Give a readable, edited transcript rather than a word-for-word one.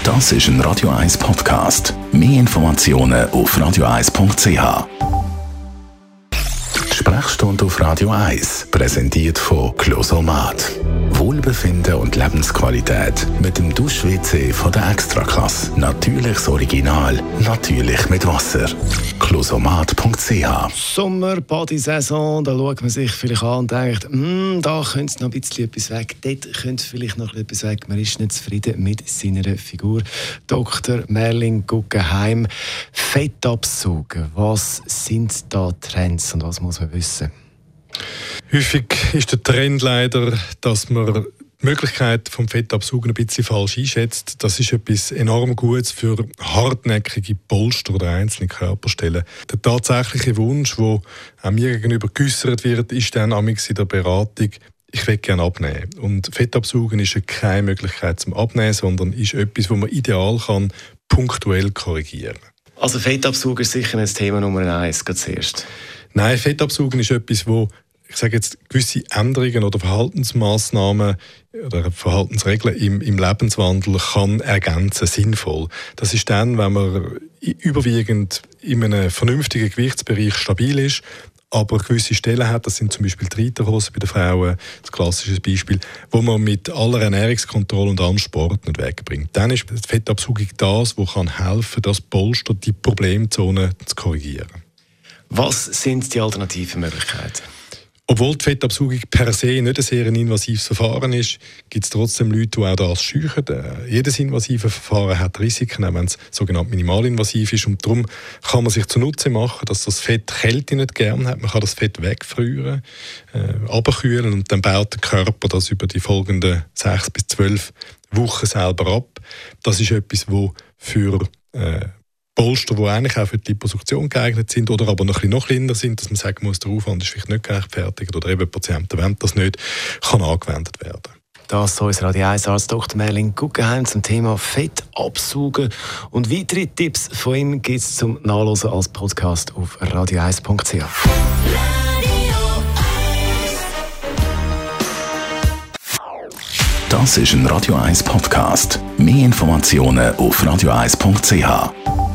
Das ist ein Radio 1 Podcast. Mehr Informationen auf radio1.ch. Sprechstunde auf Radio 1, präsentiert von Closomat. Wohlbefinden und Lebensqualität mit dem Dusch-WC von der Extraklasse. Natürliches Original, natürlich mit Wasser. Closomat.ch. Sommer-Body-Saison, da schaut man sich vielleicht an und denkt, da könnte noch ein bisschen etwas weg, dort könnte vielleicht noch etwas weg. Man ist nicht zufrieden mit seiner Figur. Dr. Merlin Guggenheim, Fett absaugen, was sind da Trends und was muss man wissen? Häufig ist der Trend leider, dass man die Möglichkeit vom Fettabsaugen ein bisschen falsch einschätzt. Das ist etwas enorm Gutes für hartnäckige Polster oder einzelne Körperstellen. Der tatsächliche Wunsch, der auch mir gegenüber geäussert wird, ist dann in der Beratung, ich will gerne abnehmen. Und Fettabsaugen ist ja keine Möglichkeit zum Abnehmen, sondern ist etwas, das man ideal kann, punktuell korrigieren kann. Also Fettabsaugen ist sicher nicht das Thema Nummer 1, ganz zuerst. Nein, Fettabsaugen ist etwas, wo ich sage jetzt, gewisse Änderungen oder Verhaltensmaßnahmen oder Verhaltensregeln im Lebenswandel kann ergänzen, sinnvoll. Das ist dann, wenn man überwiegend in einem vernünftigen Gewichtsbereich stabil ist, aber gewisse Stellen hat, das sind zum Beispiel die Reiterhosen bei den Frauen, das klassische Beispiel, wo man mit aller Ernährungskontrolle und allem Sport nicht wegbringt. Dann ist die Fettabsaugung das, was kann helfen, das Polster, die Problemzone zu korrigieren. Was sind die alternativen Möglichkeiten? Obwohl die Fettabsaugung per se nicht ein sehr invasives Verfahren ist, gibt es trotzdem Leute, die auch das scheuchen. Jedes invasive Verfahren hat Risiken, auch wenn es sogenannt minimalinvasiv ist. Und darum kann man sich zunutze machen, dass das Fett Kälte nicht gern hat. Man kann das Fett wegfrieren, abkühlen und dann baut der Körper das über die folgenden 6 bis 12 Wochen selber ab. Das ist etwas, das für Polster, die eigentlich auch für die Liposuktion geeignet sind oder aber noch kleiner sind, dass man sagen muss, der Aufwand ist vielleicht nicht gerechtfertigt oder eben Patienten wollen das nicht, kann angewendet werden. Das ist unser Radio 1 Arzt Dr. Merlin Guggenheim zum Thema Fett absaugen. Und weitere Tipps von ihm gibt es zum Nachlesen als Podcast auf radio1.ch. Das ist ein Radio 1 Podcast. Mehr Informationen auf radio1.ch.